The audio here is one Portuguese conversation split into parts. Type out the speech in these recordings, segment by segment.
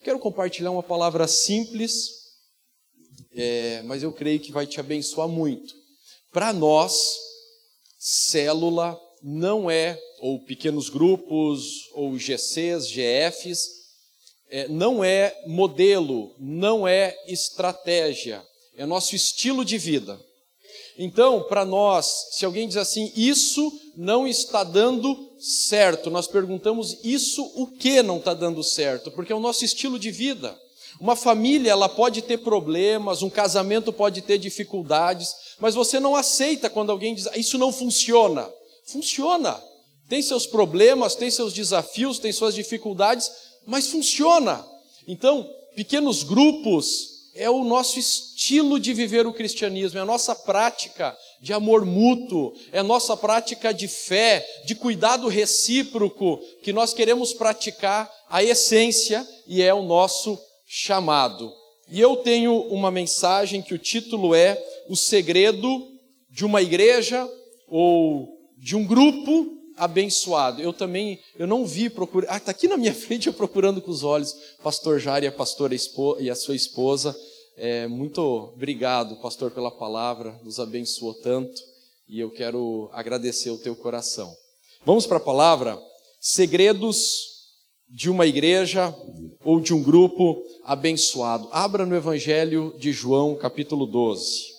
Quero compartilhar uma palavra simples, mas eu creio que vai te abençoar muito. Para nós, célula não é, ou pequenos grupos, ou GCs, GFs, não é modelo, não é estratégia, é nosso estilo de vida. Então, para nós, se alguém diz assim, isso não está dando certo, nós perguntamos, isso o que não está dando certo? Porque é o nosso estilo de vida. Uma família, ela pode ter problemas, um casamento pode ter dificuldades, mas você não aceita quando alguém diz, isso não funciona. Funciona. Tem seus problemas, tem seus desafios, tem suas dificuldades, mas funciona. Então, pequenos grupos é o nosso estilo de viver o cristianismo, é a nossa prática de amor mútuo, é a nossa prática de fé, de cuidado recíproco, que nós queremos praticar a essência e é o nosso chamado. E eu tenho uma mensagem que o título é O Segredo de uma Igreja ou de um Grupo Abençoado. Eu não vi procurar. Está aqui na minha frente, eu procurando com os olhos. Pastor Jair e a sua esposa. Muito obrigado, pastor, pela palavra. Nos abençoou tanto. E eu quero agradecer o teu coração. Vamos para a palavra. Segredos de uma igreja ou de um grupo abençoado. Abra no Evangelho de João, capítulo 12.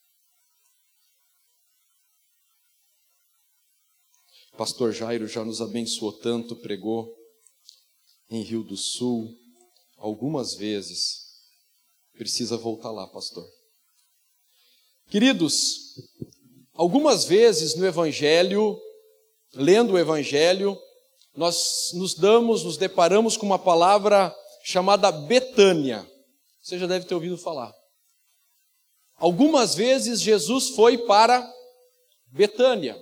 Pastor Jairo já nos abençoou tanto, pregou em Rio do Sul algumas vezes. Precisa voltar lá, pastor. Queridos, algumas vezes no Evangelho, lendo o Evangelho, nós nos deparamos com uma palavra chamada Betânia. Você já deve ter ouvido falar. Algumas vezes Jesus foi para Betânia.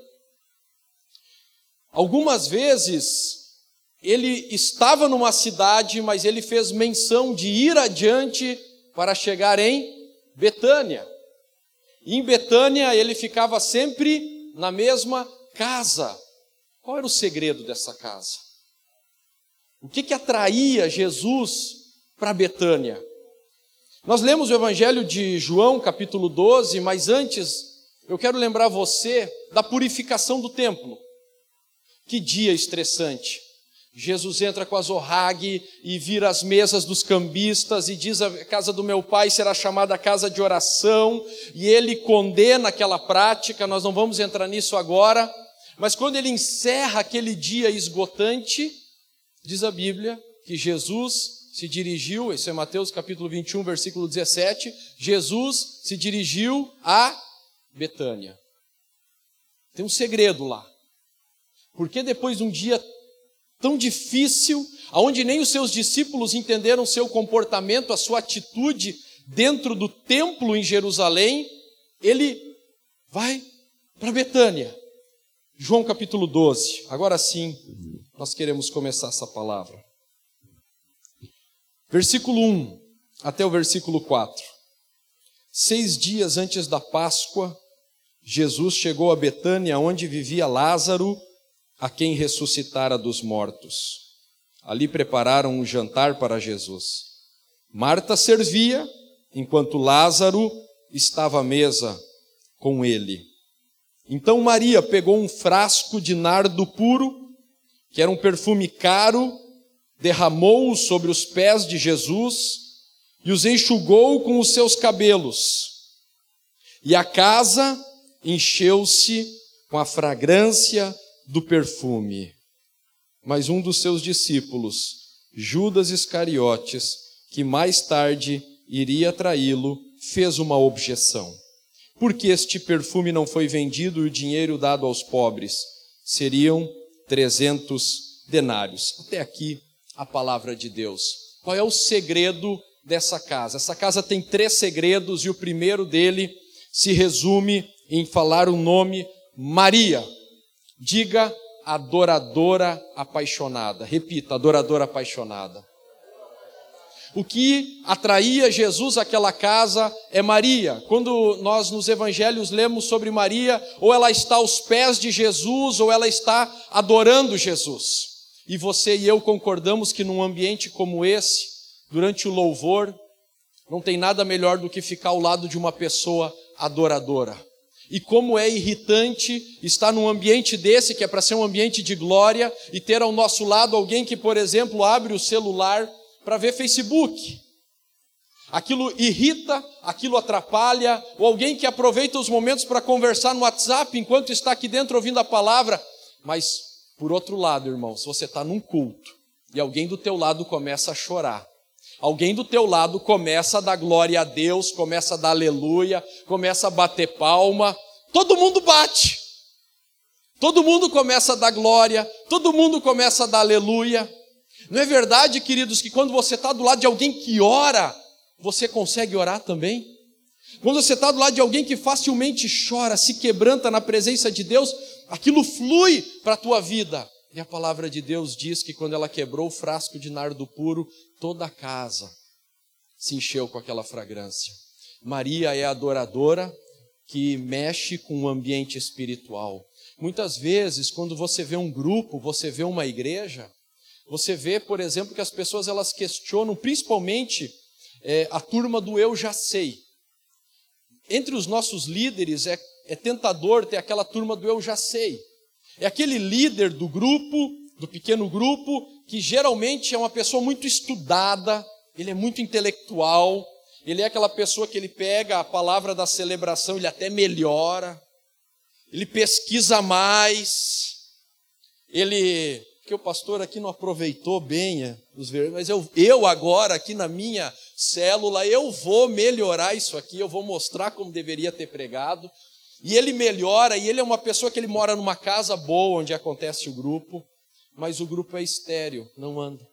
Algumas vezes ele estava numa cidade, mas ele fez menção de ir adiante para chegar em Betânia. E em Betânia ele ficava sempre na mesma casa. Qual era o segredo dessa casa? O que atraía Jesus para Betânia? Nós lemos o Evangelho de João, capítulo 12, mas antes eu quero lembrar você da purificação do templo. Que dia estressante. Jesus entra com a zorrague e vira as mesas dos cambistas e diz, a casa do meu pai será chamada casa de oração, e ele condena aquela prática, nós não vamos entrar nisso agora, mas quando ele encerra aquele dia esgotante, diz a Bíblia que Jesus se dirigiu, isso é Mateus capítulo 21, versículo 17, Jesus se dirigiu a Betânia. Tem um segredo lá. Porque depois de um dia tão difícil, onde nem os seus discípulos entenderam seu comportamento, a sua atitude dentro do templo em Jerusalém, ele vai para Betânia. João capítulo 12. Agora sim, nós queremos começar essa palavra. Versículo 1 até o versículo 4. 6 dias antes da Páscoa, Jesus chegou a Betânia, onde vivia Lázaro, a quem ressuscitara dos mortos. Ali prepararam um jantar para Jesus. Marta servia, enquanto Lázaro estava à mesa com ele. Então Maria pegou um frasco de nardo puro, que era um perfume caro, derramou-o sobre os pés de Jesus e os enxugou com os seus cabelos. E a casa encheu-se com a fragrância do perfume. Mas um dos seus discípulos, Judas Iscariotes, que mais tarde iria traí-lo, fez uma objeção. Por que este perfume não foi vendido e o dinheiro dado aos pobres? Seriam 300 denários. Até aqui a palavra de Deus. Qual é o segredo dessa casa? Essa casa tem 3 segredos e o primeiro dele se resume em falar o nome Maria. Diga adoradora apaixonada. Repita, adoradora apaixonada. O que atraía Jesus àquela casa é Maria. Quando nós nos evangelhos lemos sobre Maria, ou ela está aos pés de Jesus, ou ela está adorando Jesus. E você e eu concordamos que num ambiente como esse, durante o louvor, não tem nada melhor do que ficar ao lado de uma pessoa adoradora. E como é irritante estar num ambiente desse, que é para ser um ambiente de glória, e ter ao nosso lado alguém que, por exemplo, abre o celular para ver Facebook. Aquilo irrita, aquilo atrapalha, ou alguém que aproveita os momentos para conversar no WhatsApp enquanto está aqui dentro ouvindo a palavra. Mas, por outro lado, irmão, se você está num culto e alguém do teu lado começa a chorar, alguém do teu lado começa a dar glória a Deus, começa a dar aleluia, começa a bater palma, todo mundo bate. Todo mundo começa a dar glória, todo mundo começa a dar aleluia. Não é verdade, queridos, que quando você está do lado de alguém que ora, você consegue orar também? Quando você está do lado de alguém que facilmente chora, se quebranta na presença de Deus, aquilo flui para a tua vida. E a palavra de Deus diz que quando ela quebrou o frasco de nardo puro, toda a casa se encheu com aquela fragrância. Maria é a adoradora que mexe com o ambiente espiritual. Muitas vezes, quando você vê um grupo, você vê uma igreja, você vê, por exemplo, que as pessoas elas questionam, principalmente a turma do eu já sei. Entre os nossos líderes é tentador ter aquela turma do eu já sei. É aquele líder do grupo, do pequeno grupo, que geralmente é uma pessoa muito estudada, ele é muito intelectual, ele é aquela pessoa que ele pega a palavra da celebração, ele até melhora, ele pesquisa mais, porque o pastor aqui não aproveitou bem os versículos, mas eu agora aqui na minha célula, eu vou melhorar isso aqui, eu vou mostrar como deveria ter pregado. E ele melhora, e ele é uma pessoa que ele mora numa casa boa, onde acontece o grupo, mas o grupo é estéril, não anda.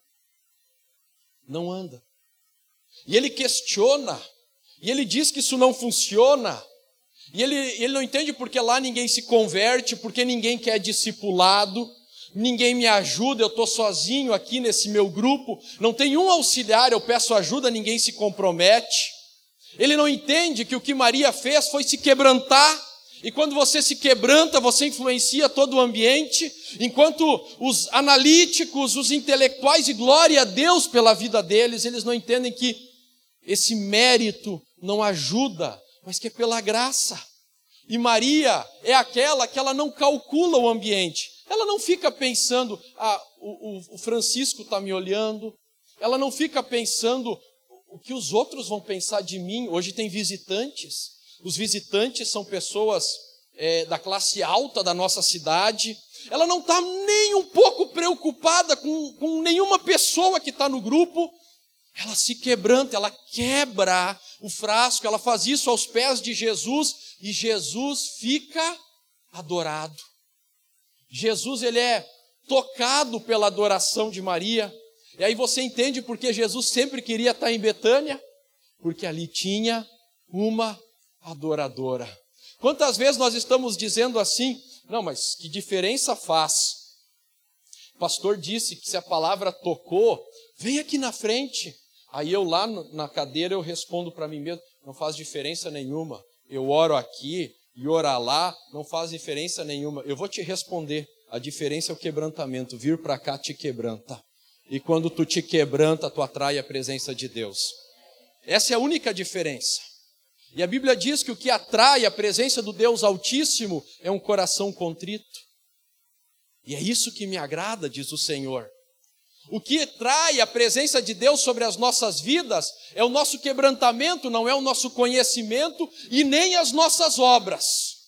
Não anda. E ele questiona, e ele diz que isso não funciona, e ele não entende porque lá ninguém se converte, porque ninguém quer discipulado, ninguém me ajuda, eu estou sozinho aqui nesse meu grupo, não tem um auxiliar, eu peço ajuda, ninguém se compromete. Ele não entende que o que Maria fez foi se quebrantar, e quando você se quebranta, você influencia todo o ambiente, enquanto os analíticos, os intelectuais, e glória a Deus pela vida deles, eles não entendem que esse mérito não ajuda, mas que é pela graça. E Maria é aquela que ela não calcula o ambiente, ela não fica pensando, o Francisco está me olhando, ela não fica pensando o que os outros vão pensar de mim. Hoje tem visitantes, os visitantes são pessoas da classe alta da nossa cidade, ela não está nem um pouco preocupada com nenhuma pessoa que está no grupo, ela se quebranta, ela quebra o frasco, ela faz isso aos pés de Jesus, e Jesus fica adorado. Jesus, ele é tocado pela adoração de Maria, e aí você entende porque Jesus sempre queria estar em Betânia, porque ali tinha uma adoradora. Quantas vezes nós estamos dizendo assim, não, mas que diferença faz? O pastor disse que se a palavra tocou, vem aqui na frente. Aí eu lá na cadeira eu respondo para mim mesmo, não faz diferença nenhuma. Eu oro aqui e orar lá, não faz diferença nenhuma. Eu vou te responder, a diferença é o quebrantamento, vir para cá te quebranta. E quando tu te quebranta, tu atrai a presença de Deus. Essa é a única diferença. E a Bíblia diz que o que atrai a presença do Deus Altíssimo é um coração contrito. E é isso que me agrada, diz o Senhor. O que atrai a presença de Deus sobre as nossas vidas é o nosso quebrantamento, não é o nosso conhecimento e nem as nossas obras.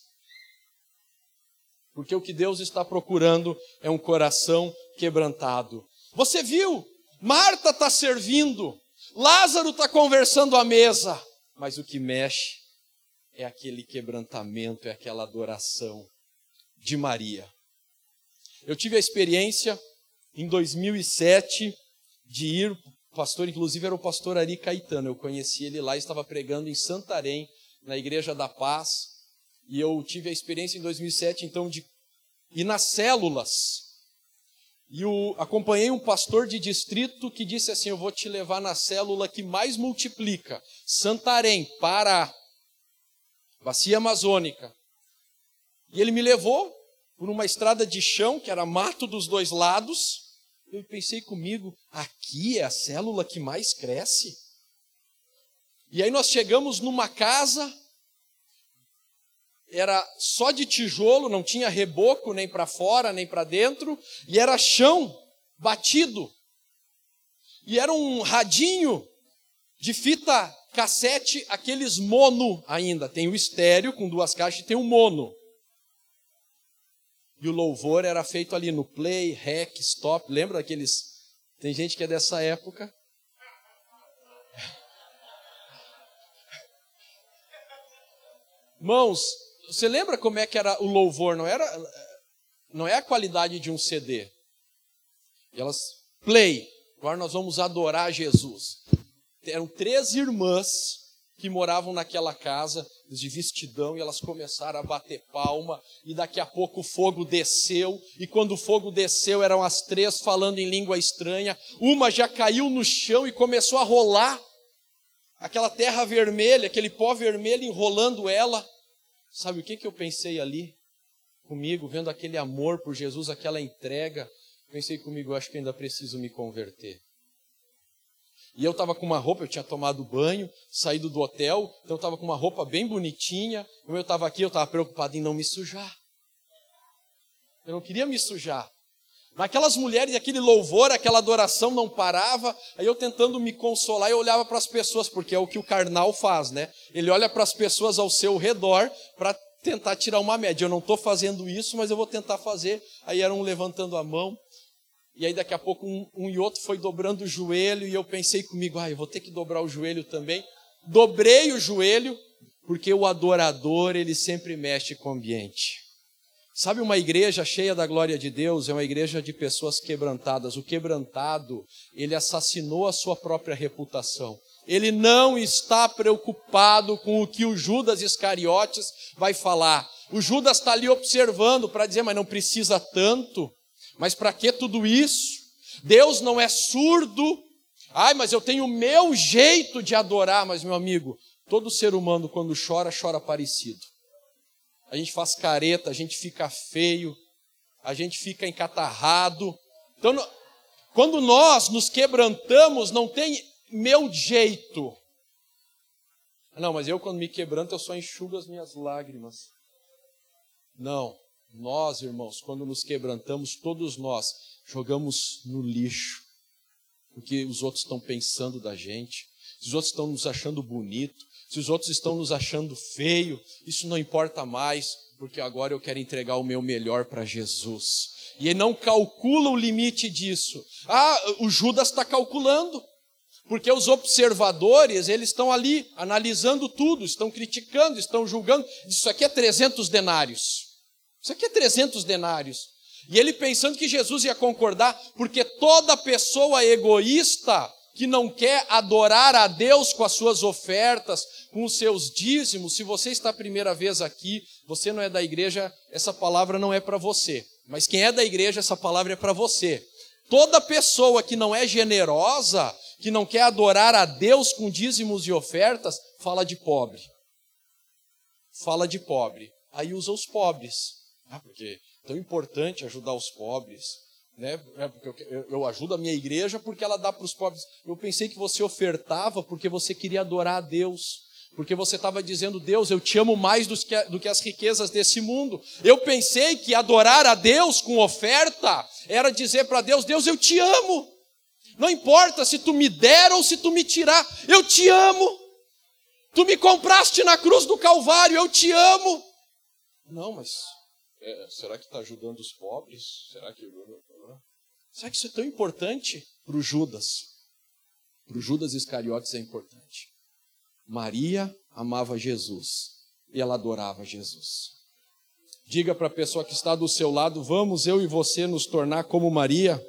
Porque o que Deus está procurando é um coração quebrantado. Você viu? Marta está servindo, Lázaro está conversando à mesa, mas o que mexe é aquele quebrantamento, é aquela adoração de Maria. Eu tive a experiência em 2007 de ir, o pastor inclusive era o pastor Ari Caetano, eu conheci ele lá, estava pregando em Santarém, na Igreja da Paz, e eu tive a experiência em 2007 então de ir nas células. E acompanhei um pastor de distrito que disse assim, eu vou te levar na célula que mais multiplica, Santarém, Pará, Bacia Amazônica. E ele me levou por uma estrada de chão, que era mato dos dois lados, Eu pensei comigo, aqui é a célula que mais cresce? E aí nós chegamos numa casa, era só de tijolo, não tinha reboco nem para fora, nem para dentro, e era chão batido. E era um radinho de fita cassete, aqueles mono ainda. Tem o estéreo com 2 caixas e tem o mono. E o louvor era feito ali no play, rec, stop. Lembra daqueles... Tem gente que é dessa época. Irmãos, você lembra como é que era o louvor? Não é a qualidade de um CD. E elas, play, agora nós vamos adorar Jesus. Eram 3 irmãs que moravam naquela casa, de vestidão, e elas começaram a bater palma, e daqui a pouco o fogo desceu, e quando o fogo desceu, eram as 3 falando em língua estranha, uma já caiu no chão e começou a rolar, aquela terra vermelha, aquele pó vermelho enrolando ela. Sabe o que eu pensei ali? Comigo, vendo aquele amor por Jesus, aquela entrega, pensei comigo, eu acho que ainda preciso me converter. E eu estava com uma roupa, eu tinha tomado banho, saído do hotel, então eu estava com uma roupa bem bonitinha. Como eu estava aqui, eu estava preocupado em não me sujar. Eu não queria me sujar. Naquelas mulheres, aquele louvor, aquela adoração não parava, aí eu tentando me consolar, eu olhava para as pessoas, porque é o que o carnal faz, né? Ele olha para as pessoas ao seu redor para tentar tirar uma média. Eu não estou fazendo isso, mas eu vou tentar fazer. Aí era um levantando a mão, e aí daqui a pouco um e outro foi dobrando o joelho, e eu pensei comigo, eu vou ter que dobrar o joelho também. Dobrei o joelho, porque o adorador, ele sempre mexe com o ambiente. Sabe, uma igreja cheia da glória de Deus é uma igreja de pessoas quebrantadas. O quebrantado, ele assassinou a sua própria reputação. Ele não está preocupado com o que o Judas Iscariotes vai falar. O Judas está ali observando para dizer, mas não precisa tanto. Mas para que tudo isso? Deus não é surdo. Mas eu tenho o meu jeito de adorar. Mas, meu amigo, todo ser humano quando chora, chora parecido. A gente faz careta, a gente fica feio, a gente fica encatarrado. Então, quando nós nos quebrantamos, não tem meu jeito. Não, mas eu quando me quebranto, eu só enxugo as minhas lágrimas. Não, nós, irmãos, quando nos quebrantamos, todos nós jogamos no lixo. O que os outros estão pensando da gente, se os outros estão nos achando bonito, se os outros estão nos achando feio, isso não importa mais, porque agora eu quero entregar o meu melhor para Jesus. E ele não calcula o limite disso. O Judas está calculando, porque os observadores, eles estão ali analisando tudo, estão criticando, estão julgando. Isso aqui é 300 denários. Isso aqui é 300 denários. E ele pensando que Jesus ia concordar, porque toda pessoa egoísta que não quer adorar a Deus com as suas ofertas, com os seus dízimos, se você está a primeira vez aqui, você não é da igreja, essa palavra não é para você. Mas quem é da igreja, essa palavra é para você. Toda pessoa que não é generosa, que não quer adorar a Deus com dízimos e ofertas, fala de pobre. Fala de pobre. Aí usa os pobres. Porque é tão importante ajudar os pobres. Né? Porque eu ajudo a minha igreja porque ela dá para os pobres. Eu pensei que você ofertava porque você queria adorar a Deus. Porque você estava dizendo, Deus, eu te amo mais do que as riquezas desse mundo. Eu pensei que adorar a Deus com oferta era dizer para Deus, Deus, eu te amo. Não importa se tu me der ou se tu me tirar, eu te amo. Tu me compraste na cruz do Calvário, eu te amo. Não, mas será que está ajudando os pobres? Será que isso é tão importante para o Judas? Para o Judas Iscariotes é importante. Maria amava Jesus e ela adorava Jesus. Diga para a pessoa que está do seu lado, vamos eu e você nos tornar como Maria?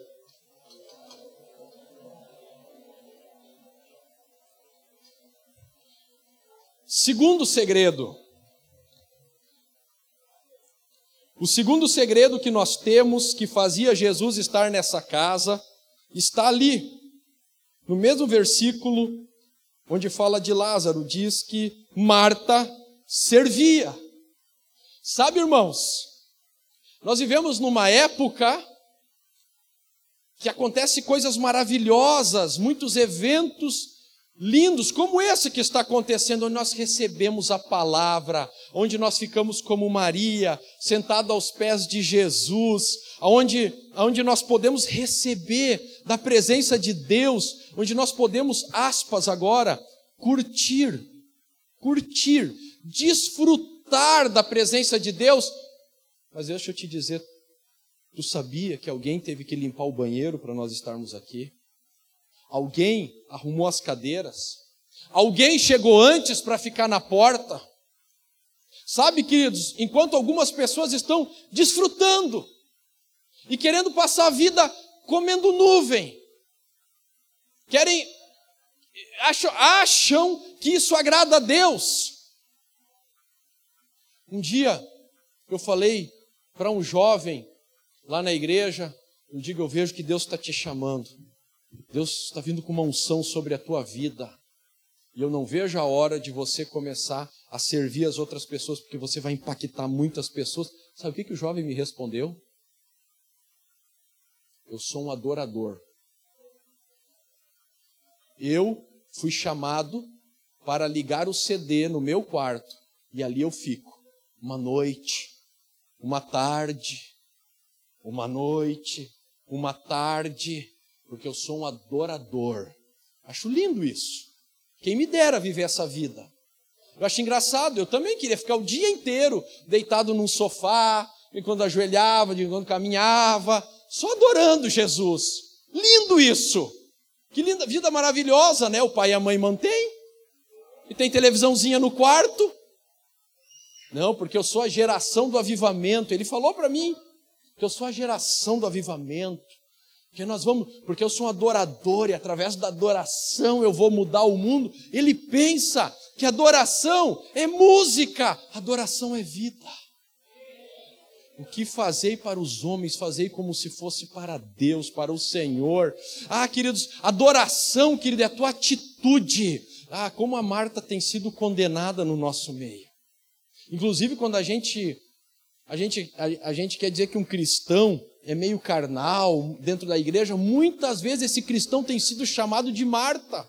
Segundo segredo. O segundo segredo que nós temos, que fazia Jesus estar nessa casa, está ali, no mesmo versículo, onde fala de Lázaro, diz que Marta servia. Sabe, irmãos, nós vivemos numa época que acontecem coisas maravilhosas, muitos eventos lindos, como esse que está acontecendo, onde nós recebemos a palavra, onde nós ficamos como Maria, sentado aos pés de Jesus, onde nós podemos receber da presença de Deus, onde nós podemos, aspas agora, curtir, desfrutar da presença de Deus. Mas deixa eu te dizer, tu sabia que alguém teve que limpar o banheiro para nós estarmos aqui? Alguém arrumou as cadeiras? Alguém chegou antes para ficar na porta? Sabe, queridos, enquanto algumas pessoas estão desfrutando e querendo passar a vida comendo nuvem, acham que isso agrada a Deus. Um dia eu falei para um jovem lá na igreja, eu vejo que Deus está te chamando. Deus está vindo com uma unção sobre a tua vida. E eu não vejo a hora de você começar a servir as outras pessoas, porque você vai impactar muitas pessoas. Sabe o que o jovem me respondeu? Eu sou um adorador. Eu fui chamado para ligar o CD no meu quarto. E ali eu fico. Uma noite, uma tarde, uma noite, uma tarde, porque eu sou um adorador. Acho lindo isso. Quem me dera viver essa vida. Eu acho engraçado, eu também queria ficar o dia inteiro deitado num sofá, enquanto ajoelhava, enquanto caminhava, só adorando Jesus. Lindo isso. Que linda vida maravilhosa, né? O pai e a mãe mantêm. E tem televisãozinha no quarto. Não, porque eu sou a geração do avivamento. Ele falou para mim que eu sou a geração do avivamento. Porque eu sou um adorador e através da adoração eu vou mudar o mundo. Ele pensa que adoração é música, adoração é vida. O que fazei para os homens, fazei como se fosse para Deus, para o Senhor. Queridos, adoração, querido, é a tua atitude. Como a Marta tem sido condenada no nosso meio. Inclusive, quando a gente quer dizer que um cristão é meio carnal dentro da igreja, muitas vezes esse cristão tem sido chamado de Marta.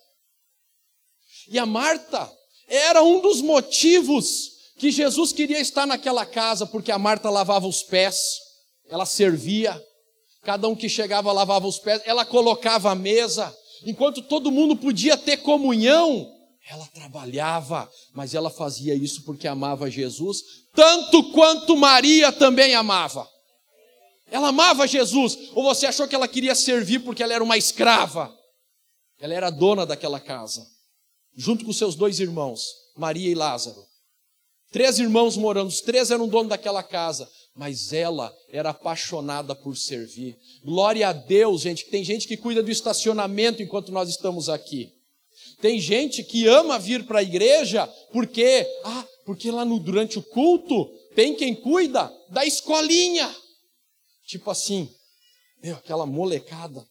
E a Marta era um dos motivos que Jesus queria estar naquela casa, porque a Marta lavava os pés, ela servia, cada um que chegava lavava os pés, ela colocava a mesa, enquanto todo mundo podia ter comunhão, ela trabalhava, mas ela fazia isso porque amava Jesus, tanto quanto Maria também amava. Ela amava Jesus, ou você achou que ela queria servir porque ela era uma escrava? Ela era dona daquela casa, junto com seus 2 irmãos, Maria e Lázaro. 3 irmãos morando, os 3 eram donos daquela casa, mas ela era apaixonada por servir. Glória a Deus, gente, que tem gente que cuida do estacionamento enquanto nós estamos aqui. Tem gente que ama vir para a igreja porque lá durante o culto tem quem cuida da escolinha. Tipo assim, aquela molecada.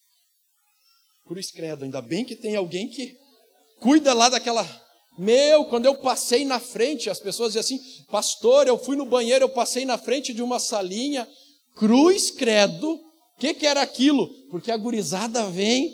Cruz credo, ainda bem que tem alguém que cuida lá daquela... quando eu passei na frente, as pessoas diziam assim, pastor, eu fui no banheiro, eu passei na frente de uma salinha, cruz credo, o que era aquilo? Porque a gurizada vem.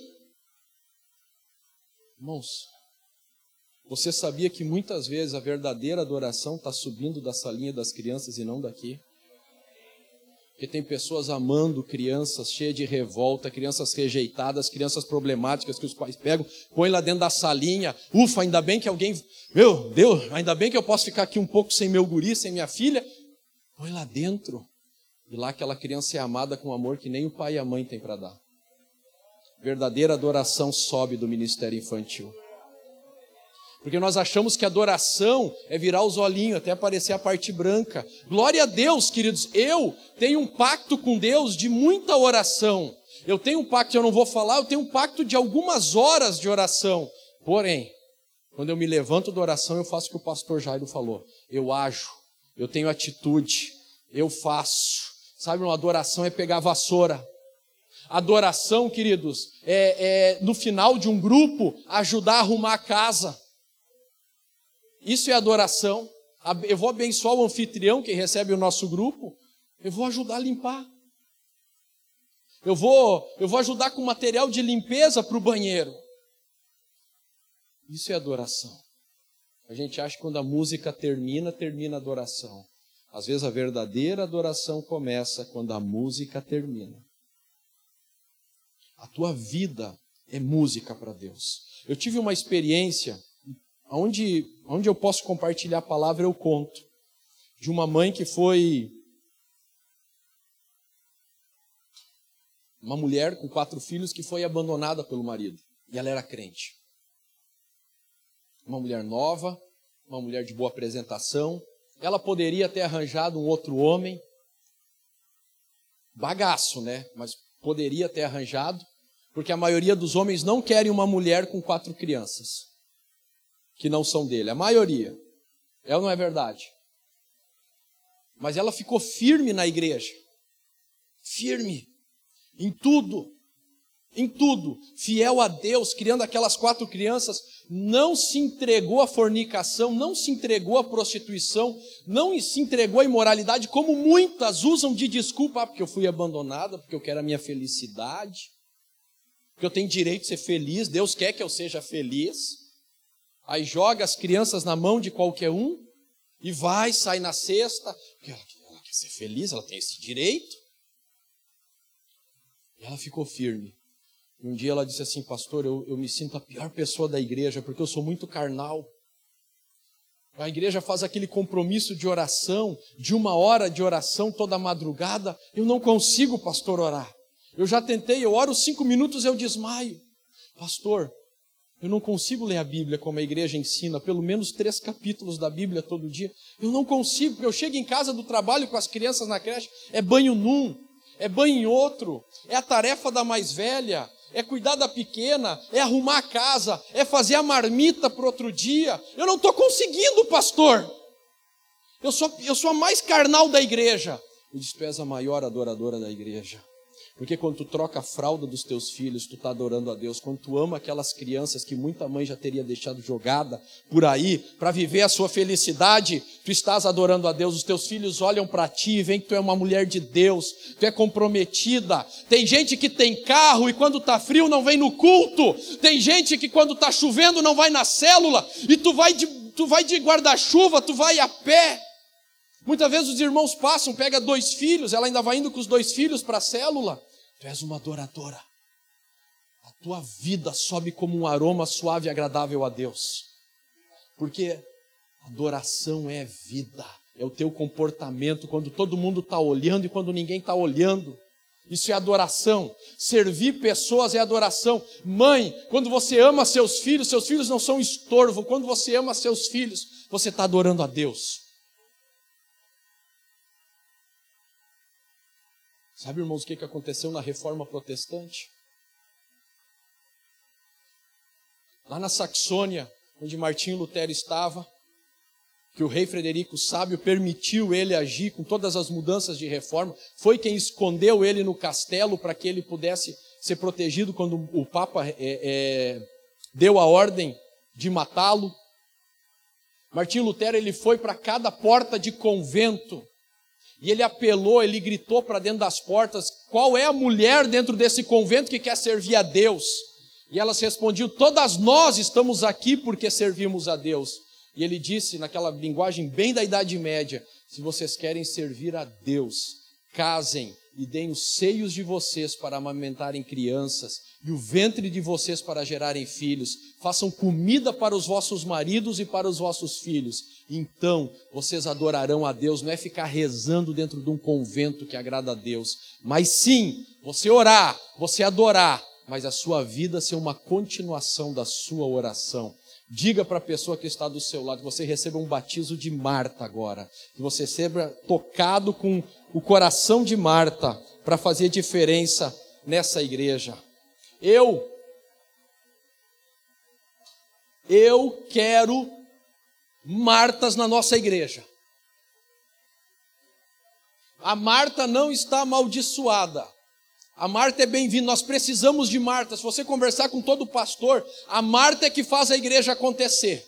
Irmãos, você sabia que muitas vezes a verdadeira adoração está subindo da salinha das crianças e não daqui? Porque tem pessoas amando crianças cheias de revolta, crianças rejeitadas, crianças problemáticas que os pais pegam, põem lá dentro da salinha. Ufa, ainda bem que alguém... Meu Deus, ainda bem que eu posso ficar aqui um pouco sem meu guri, sem minha filha. Põe lá dentro. E lá aquela criança é amada com amor que nem o pai e a mãe têm para dar. Verdadeira adoração sobe do ministério infantil. Porque nós achamos que adoração é virar os olhinhos até aparecer a parte branca. Glória a Deus, queridos. Eu tenho um pacto com Deus de muita oração. Eu tenho um pacto, eu não vou falar, eu tenho um pacto de algumas horas de oração. Porém, quando eu me levanto da oração, eu faço o que o pastor Jairo falou. Eu ajo, eu tenho atitude, eu faço. Sabe, uma adoração é pegar a vassoura. Adoração, queridos, no final de um grupo, ajudar a arrumar a casa. Isso é adoração. Eu vou abençoar o anfitrião que recebe o nosso grupo. Eu vou ajudar a limpar. Eu vou ajudar com material de limpeza para o banheiro. Isso é adoração. A gente acha que quando a música termina a adoração. Às vezes a verdadeira adoração começa quando a música termina. A tua vida é música para Deus. Eu tive uma experiência, onde eu posso compartilhar a palavra, eu conto, de uma mãe que foi uma mulher com 4 filhos que foi abandonada pelo marido. E ela era crente. Uma mulher nova, uma mulher de boa apresentação. Ela poderia ter arranjado um outro homem, bagaço, né? Mas poderia ter arranjado, porque a maioria dos homens não querem uma mulher com 4 crianças, que não são dele. A maioria. É ou não é verdade? Mas ela ficou firme na igreja. Firme. Em tudo. Em tudo. Fiel a Deus, criando aquelas 4 crianças. Não se entregou à fornicação, não se entregou à prostituição, não se entregou à imoralidade, como muitas usam de desculpa, porque eu fui abandonada, porque eu quero a minha felicidade, porque eu tenho direito de ser feliz, Deus quer que eu seja feliz. Aí joga as crianças na mão de qualquer um e sai na sexta, porque ela quer ser feliz, ela tem esse direito. E ela ficou firme. Um dia ela disse assim: pastor, eu me sinto a pior pessoa da igreja, porque eu sou muito carnal. A igreja faz aquele compromisso de oração, de 1 hora de oração toda madrugada. Eu não consigo, pastor, orar. Eu já tentei, eu oro 5 minutos, eu desmaio. Pastor, eu não consigo ler a Bíblia como a igreja ensina, pelo menos 3 capítulos da Bíblia todo dia. Eu não consigo, porque eu chego em casa do trabalho com as crianças na creche, é banho num, é banho em outro, é a tarefa da mais velha, é cuidar da pequena, é arrumar a casa, é fazer a marmita para outro dia. Eu não estou conseguindo, pastor. Eu sou a mais carnal da igreja. Eu disse: tu és a maior adoradora da igreja. Porque quando tu troca a fralda dos teus filhos, tu está adorando a Deus. Quando tu ama aquelas crianças que muita mãe já teria deixado jogada por aí, para viver a sua felicidade, tu estás adorando a Deus. Os teus filhos olham para ti e veem que tu é uma mulher de Deus, tu é comprometida. Tem gente que tem carro e quando está frio não vem no culto. Tem gente que quando está chovendo não vai na célula. E tu vai de guarda-chuva, tu vai a pé. Muitas vezes os irmãos passam, pega 2 filhos, ela ainda vai indo com os 2 filhos para a célula. Tu és uma adoradora. A tua vida sobe como um aroma suave e agradável a Deus. Porque adoração é vida. É o teu comportamento quando todo mundo está olhando e quando ninguém está olhando. Isso é adoração. Servir pessoas é adoração. Mãe, quando você ama seus filhos não são estorvo. Quando você ama seus filhos, você está adorando a Deus. Sabe, irmãos, o que aconteceu na Reforma Protestante? Lá na Saxônia, onde Martinho Lutero estava, que o rei Frederico Sábio permitiu ele agir com todas as mudanças de reforma, foi quem escondeu ele no castelo para que ele pudesse ser protegido quando o Papa deu a ordem de matá-lo. Martinho Lutero ele foi para cada porta de convento, e ele apelou, ele gritou para dentro das portas: qual é a mulher dentro desse convento que quer servir a Deus? E elas respondiam: todas nós estamos aqui porque servimos a Deus. E ele disse, naquela linguagem bem da Idade Média: se vocês querem servir a Deus, casem e deem os seios de vocês para amamentarem crianças e o ventre de vocês para gerarem filhos. Façam comida para os vossos maridos e para os vossos filhos. Então vocês adorarão a Deus. Não é ficar rezando dentro de um convento que agrada a Deus, mas sim, você orar, você adorar, mas a sua vida ser uma continuação da sua oração. Diga para a pessoa que está do seu lado que você receba um batismo de Marta agora, que você seja tocado com o coração de Marta para fazer diferença nessa igreja. Eu quero Martas na nossa igreja. A Marta não está amaldiçoada. A Marta é bem-vinda, nós precisamos de Marta. Se você conversar com todo pastor, a Marta é que faz a igreja acontecer.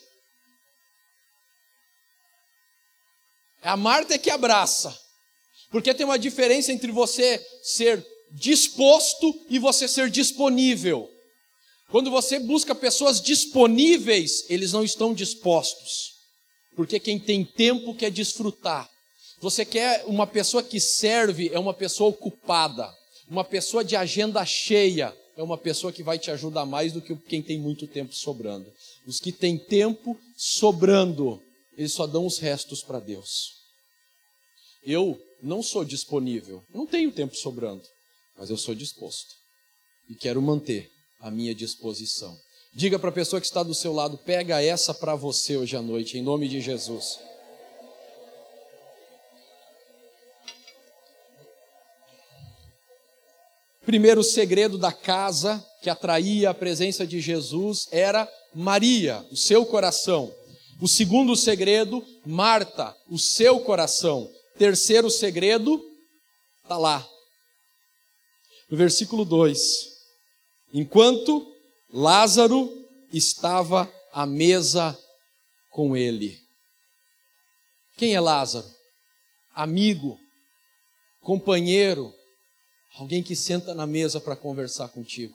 A Marta é que abraça. Porque tem uma diferença entre você ser disposto e você ser disponível. Quando você busca pessoas disponíveis, eles não estão dispostos. Porque quem tem tempo quer desfrutar. Você quer uma pessoa que serve, é uma pessoa ocupada. Uma pessoa de agenda cheia é uma pessoa que vai te ajudar mais do que quem tem muito tempo sobrando. Os que têm tempo sobrando, eles só dão os restos para Deus. Eu não sou disponível, não tenho tempo sobrando, mas eu sou disposto. E quero manter a minha disposição. Diga para a pessoa que está do seu lado, pega essa para você hoje à noite, em nome de Jesus. Primeiro segredo da casa que atraía a presença de Jesus era Maria, o seu coração. O segundo segredo, Marta, o seu coração. Terceiro segredo, está lá. No versículo 2. Enquanto Lázaro estava à mesa com ele. Quem é Lázaro? Amigo, companheiro, alguém que senta na mesa para conversar contigo.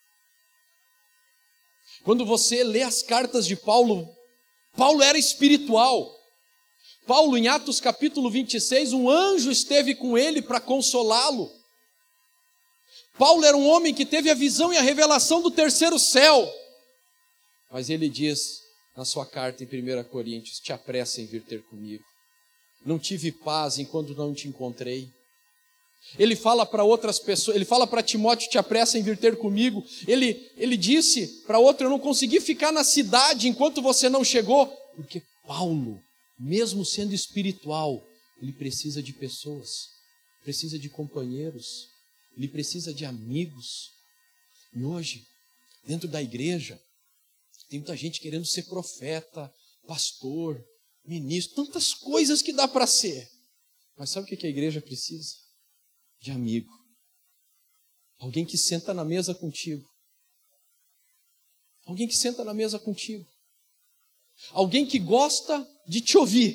Quando você lê as cartas de Paulo, Paulo era espiritual. Paulo, em Atos capítulo 26, um anjo esteve com ele para consolá-lo. Paulo era um homem que teve a visão e a revelação do terceiro céu. Mas ele diz na sua carta em 1 Coríntios, te apressa em vir ter comigo. Não tive paz enquanto não te encontrei. Ele fala para outras pessoas, ele fala para Timóteo, te apressa em vir ter comigo. Ele disse para outro, eu não consegui ficar na cidade enquanto você não chegou. Porque Paulo, mesmo sendo espiritual, ele precisa de pessoas, precisa de companheiros, ele precisa de amigos. E hoje, dentro da igreja, tem muita gente querendo ser profeta, pastor, ministro, tantas coisas que dá para ser. Mas sabe o que a igreja precisa? De amigo. Alguém que senta na mesa contigo. Alguém que senta na mesa contigo. Alguém que gosta de te ouvir.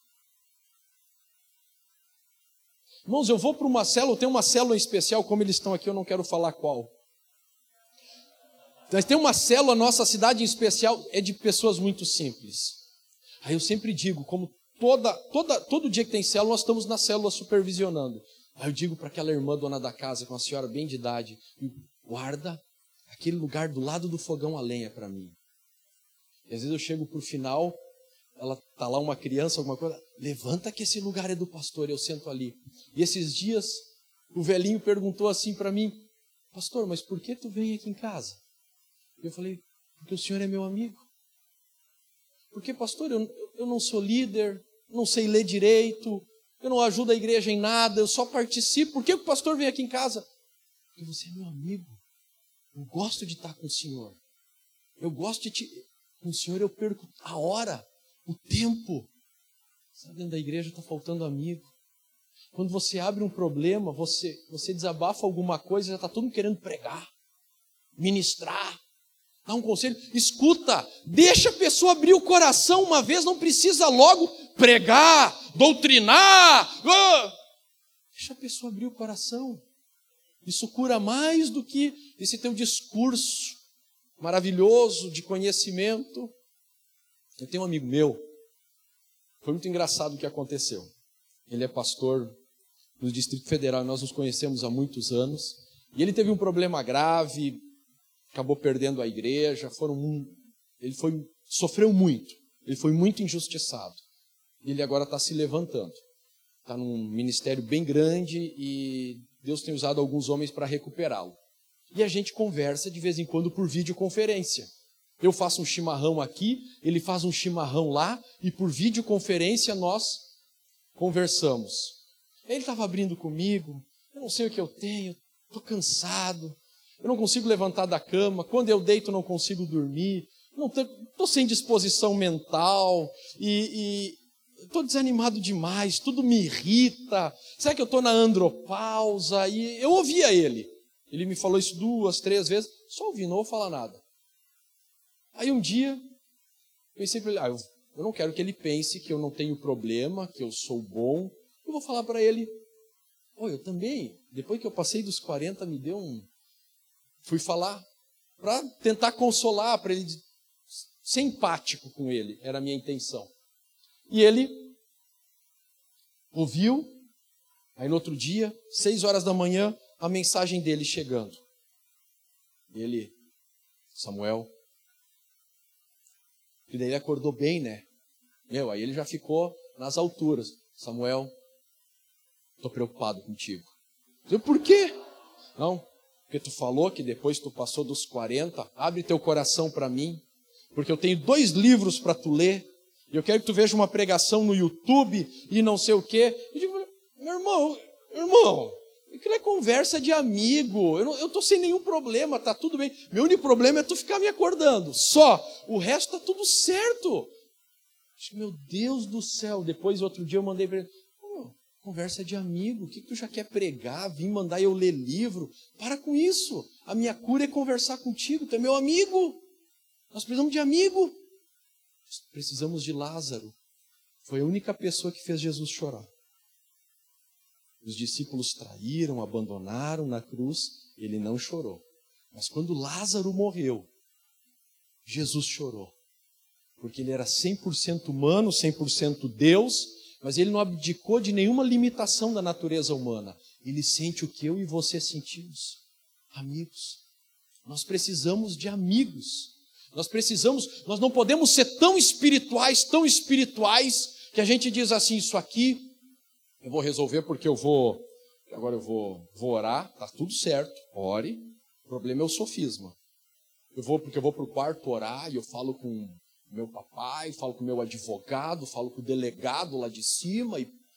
Irmãos, eu vou para uma célula, eu tenho uma célula em especial, como eles estão aqui, eu não quero falar qual. Mas tem uma célula, nossa cidade em especial, é de pessoas muito simples. Aí eu sempre digo, como todo dia que tem célula, nós estamos na célula supervisionando. Aí eu digo para aquela irmã dona da casa, com uma senhora bem de idade, guarda aquele lugar do lado do fogão a lenha para mim. E às vezes eu chego para o final, ela está lá uma criança, alguma coisa, levanta que esse lugar é do pastor, eu sento ali. E esses dias, o velhinho perguntou assim para mim, pastor, mas por que tu vem aqui em casa? Eu falei, porque o senhor é meu amigo. Porque, pastor, eu não sou líder, não sei ler direito, eu não ajudo a igreja em nada, eu só participo. Por que o pastor vem aqui em casa? Porque você é meu amigo. Eu gosto de estar com o senhor. Eu gosto de com o senhor eu perco a hora, o tempo. Sabe, dentro da igreja está faltando amigo. Quando você abre um problema, você desabafa alguma coisa, já está todo mundo querendo pregar, ministrar, dar um conselho. Escuta, deixa a pessoa abrir o coração uma vez, não precisa logo pregar, doutrinar. Deixa a pessoa abrir o coração. Isso cura mais do que esse teu discurso maravilhoso de conhecimento. Eu tenho um amigo meu, foi muito engraçado o que aconteceu. Ele é pastor no Distrito Federal, nós nos conhecemos há muitos anos, e ele teve um problema grave, acabou perdendo a igreja, sofreu muito, ele foi muito injustiçado. Ele agora está se levantando, está num ministério bem grande e Deus tem usado alguns homens para recuperá-lo. E a gente conversa de vez em quando por videoconferência. Eu faço um chimarrão aqui, ele faz um chimarrão lá, e por videoconferência nós conversamos. Ele estava abrindo comigo, eu não sei o que eu tenho, estou cansado, eu não consigo levantar da cama, quando eu deito não consigo dormir, estou sem disposição mental, e estou desanimado demais, tudo me irrita, será que eu estou na andropausa? E eu ouvia ele me falou isso 2, 3 vezes, só ouvi, não vou falar nada. Aí um dia, pensei para ele, eu não quero que ele pense que eu não tenho problema, que eu sou bom, eu vou falar para ele, Eu também, depois que eu passei dos 40, fui falar para tentar consolar, para ele ser empático com ele, era a minha intenção. E ele ouviu, aí no outro dia, 6 horas da manhã, a mensagem dele chegando. E ele, Samuel, e daí ele acordou bem, né? Aí ele já ficou nas alturas. Samuel, estou preocupado contigo. Eu, por quê? Não, porque tu falou que depois tu passou dos 40, abre teu coração para mim, porque eu tenho 2 livros para tu ler, e eu quero que tu veja uma pregação no YouTube e não sei o quê. Eu digo, meu irmão, aquilo é conversa de amigo, eu estou sem nenhum problema, tá tudo bem. Meu único problema é tu ficar me acordando, só. O resto tá tudo certo. Meu Deus do céu. Depois, outro dia, eu mandei para ele, conversa de amigo, o que tu já quer pregar? Vim mandar eu ler livro? Para com isso. A minha cura é conversar contigo, tu é meu amigo. Nós precisamos de amigo. Precisamos de Lázaro. Foi a única pessoa que fez Jesus chorar. Os discípulos traíram, abandonaram na cruz, ele não chorou. Mas quando Lázaro morreu, Jesus chorou. Porque ele era 100% humano, 100% Deus, mas ele não abdicou de nenhuma limitação da natureza humana. Ele sente o que eu e você sentimos. Amigos. Nós precisamos de amigos. Nós não podemos ser tão espirituais, que a gente diz assim, isso aqui eu vou resolver porque agora eu vou orar, tá tudo certo, ore, o problema é o sofisma. Porque eu vou para o quarto orar e eu falo com meu papai, falo com o meu advogado, falo com o delegado lá de cima,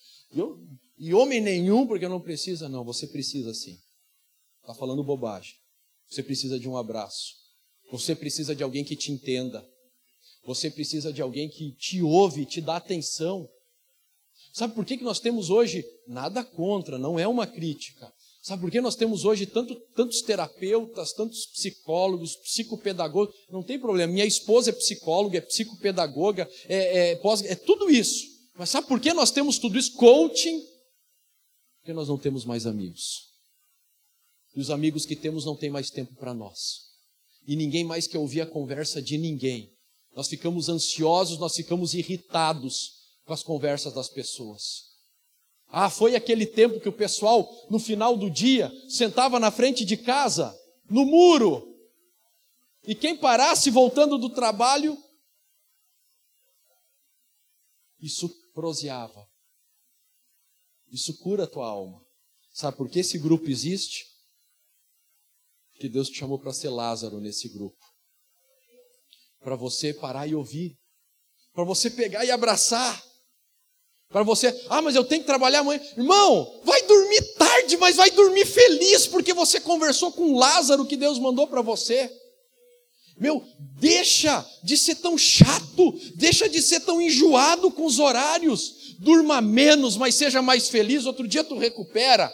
e homem nenhum, porque não precisa, não, você precisa sim. Está falando bobagem. Você precisa de um abraço. Você precisa de alguém que te entenda. Você precisa de alguém que te ouve, te dá atenção. Sabe por que nós temos hoje, nada contra, não é uma crítica. Sabe por que nós temos hoje tantos terapeutas, tantos psicólogos, psicopedagogos? Não tem problema, minha esposa é psicóloga, é psicopedagoga, é tudo isso. Mas sabe por que nós temos tudo isso? Coaching, porque nós não temos mais amigos. E os amigos que temos não têm mais tempo para nós. E ninguém mais quer ouvir a conversa de ninguém. Nós ficamos ansiosos, nós ficamos irritados com as conversas das pessoas. Foi aquele tempo que o pessoal, no final do dia, sentava na frente de casa, no muro, e quem parasse voltando do trabalho, isso proseava. Isso cura a tua alma. Sabe por que esse grupo existe? Que Deus te chamou para ser Lázaro nesse grupo. Para você parar e ouvir. Para você pegar e abraçar. Para você, mas eu tenho que trabalhar amanhã. Irmão, vai dormir tarde, mas vai dormir feliz, porque você conversou com Lázaro que Deus mandou para você. Deixa de ser tão chato, deixa de ser tão enjoado com os horários. Durma menos, mas seja mais feliz. Outro dia tu recupera.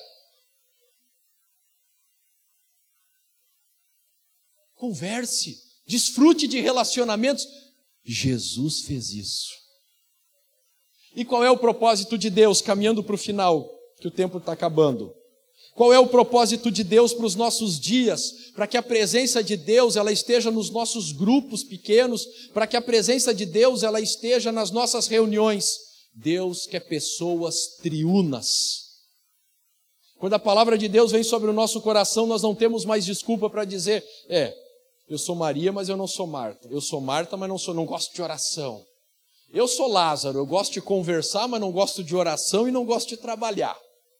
Converse, desfrute de relacionamentos. Jesus fez isso. E qual é o propósito de Deus, caminhando para o final, que o tempo está acabando? Qual é o propósito de Deus para os nossos dias? Para que a presença de Deus ela esteja nos nossos grupos pequenos, para que a presença de Deus ela esteja nas nossas reuniões. Deus quer pessoas triunas. Quando a palavra de Deus vem sobre o nosso coração, nós não temos mais desculpa para dizer, eu sou Maria, mas eu não sou Marta. Eu sou Marta, mas não gosto de oração. Eu sou Lázaro, eu gosto de conversar, mas não gosto de oração e não gosto de trabalhar.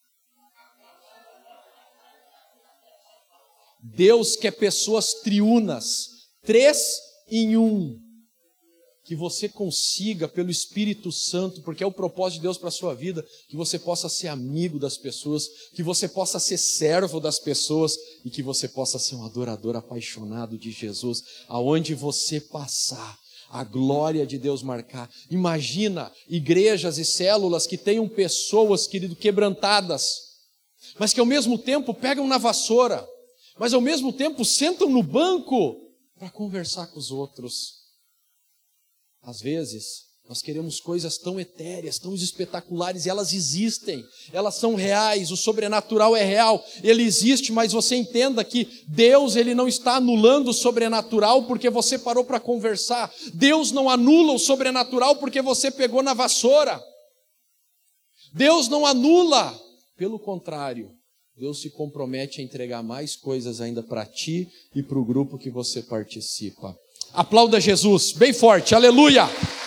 Deus quer pessoas triunas, 3 em 1. Que você consiga, pelo Espírito Santo, porque é o propósito de Deus para a sua vida, que você possa ser amigo das pessoas, que você possa ser servo das pessoas e que você possa ser um adorador apaixonado de Jesus, aonde você passar. A glória de Deus marcar. Imagina igrejas e células que tenham pessoas, querido, quebrantadas, mas que ao mesmo tempo pegam na vassoura, mas ao mesmo tempo sentam no banco para conversar com os outros. Às vezes, Nós queremos coisas tão etéreas, tão espetaculares, e elas existem, elas são reais, o sobrenatural é real, ele existe, mas você entenda que Deus ele não está anulando o sobrenatural porque você parou para conversar, Deus não anula o sobrenatural porque você pegou na vassoura, Deus não anula, pelo contrário, Deus se compromete a entregar mais coisas ainda para ti e para o grupo que você participa. Aplauda Jesus, bem forte, aleluia!